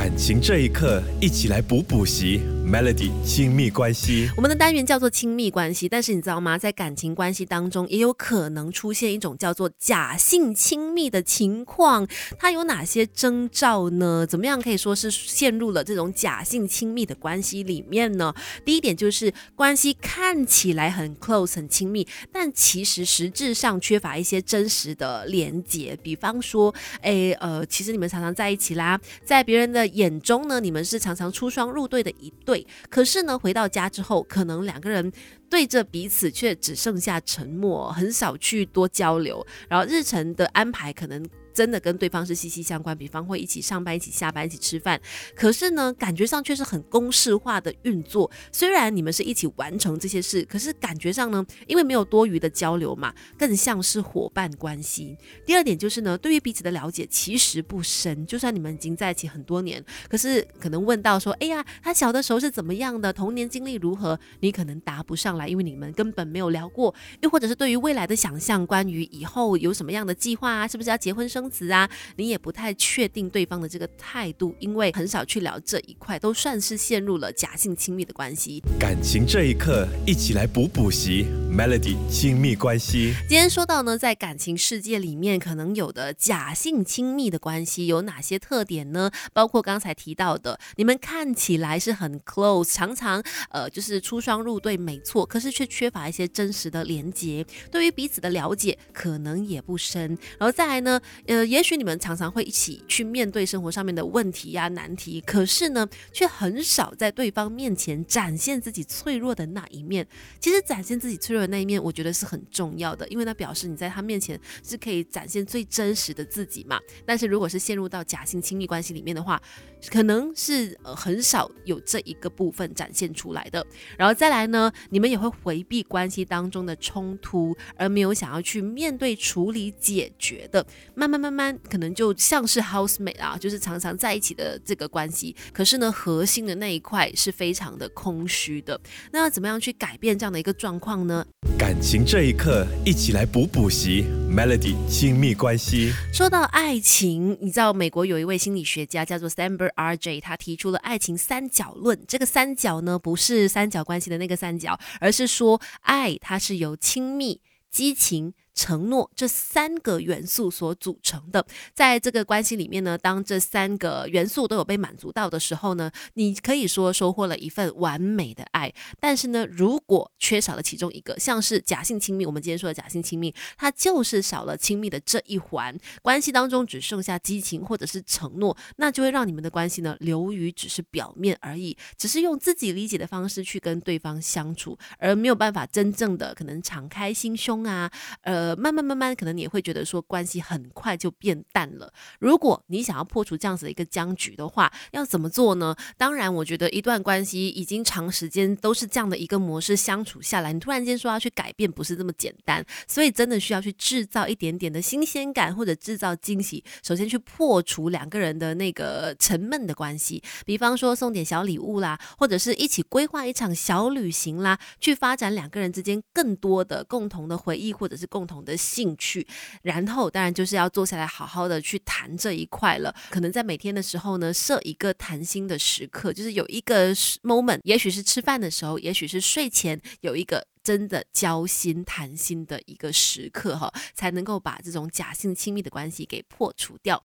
感情这一刻，一起来补习 Melody 亲密关系。 我们的单元叫做亲密关系，但是你知道吗？在感情关系当中，也有可能出现一种叫做假性亲密的情况。它有哪些征兆呢？怎么样可以说是陷入了这种假性亲密的关系里面呢？第一点就是关系看起来很 close 很亲密，但其实实质上缺乏一些真实的连结。比方说，其实你们常常在一起啦，在别人的眼中呢，你们是常常出双入对的一对，可是呢，回到家之后，可能两个人对着彼此却只剩下沉默，很少去多交流，然后日程的安排可能真的跟对方是息息相关，比方会一起上班、一起下班、一起吃饭，可是呢，感觉上却是很公式化的运作。虽然你们是一起完成这些事，可是感觉上呢，因为没有多余的交流嘛，更像是伙伴关系。第二点就是呢，对于彼此的了解其实不深，就算你们已经在一起很多年，可是可能问到说，哎呀，他小的时候是怎么样的，童年经历如何，你可能答不上来，因为你们根本没有聊过。又或者是对于未来的想象，关于以后有什么样的计划啊，是不是要结婚生子啊，你也不太确定对方的这个态度，因为很少去聊这一块，都算是陷入了假性亲密的关系。 感情这一刻，一起来补习 Melody 亲密关系。 今天说到呢，在感情世界里面可能有的假性亲密的关系有哪些特点呢？包括刚才提到的，你们看起来是很 close， 常常就是出双入对，没错，可是却缺乏一些真实的连结，对于彼此的了解可能也不深。然后再来呢，也许你们常常会一起去面对生活上面的问题呀、难题，可是呢，却很少在对方面前展现自己脆弱的那一面。其实展现自己脆弱的那一面，我觉得是很重要的，因为那表示你在他面前是可以展现最真实的自己嘛。但是如果是陷入到假性亲密关系里面的话，可能是很少有这一个部分展现出来的。然后再来呢，你们也会回避关系当中的冲突，而没有想要去面对、处理、解决的。慢慢，可能就像是 housemate 啊，就是常常在一起的这个关系，可是呢，核心的那一块是非常的空虚的。那要怎么样去改变这样的一个状况呢？ 感情这一刻，一起来补习 Melody 亲密关系。 说到爱情，你知道美国有一位心理学家叫做 Sandberg RJ， 他提出了爱情三角论。这个三角呢，不是三角关系的那个三角，而是说爱它是由亲密、激情、承诺这三个元素所组成的。在这个关系里面呢，当这三个元素都有被满足到的时候呢，你可以说收获了一份完美的爱。但是呢，如果缺少了其中一个，像是假性亲密，我们今天说的假性亲密，它就是少了亲密的这一环，关系当中只剩下激情或者是承诺，那就会让你们的关系呢流于只是表面而已，只是用自己理解的方式去跟对方相处，而没有办法真正的可能敞开心胸啊，慢慢，可能你也会觉得说关系很快就变淡了。如果你想要破除这样子的一个僵局的话，要怎么做呢？当然，我觉得一段关系已经长时间都是这样的一个模式相处下来，你突然间说要去改变，不是这么简单，所以真的需要去制造一点点的新鲜感，或者制造惊喜。首先去破除两个人的那个沉闷的关系，比方说送点小礼物啦，或者是一起规划一场小旅行啦，去发展两个人之间更多的共同的回忆，或者是共同的兴趣。然后当然就是要坐下来好好的去谈这一块了，可能在每天的时候呢，设一个谈心的时刻，就是有一个 moment， 也许是吃饭的时候，也许是睡前，有一个真的交心谈心的一个时刻才能够把这种假性亲密的关系给破除掉。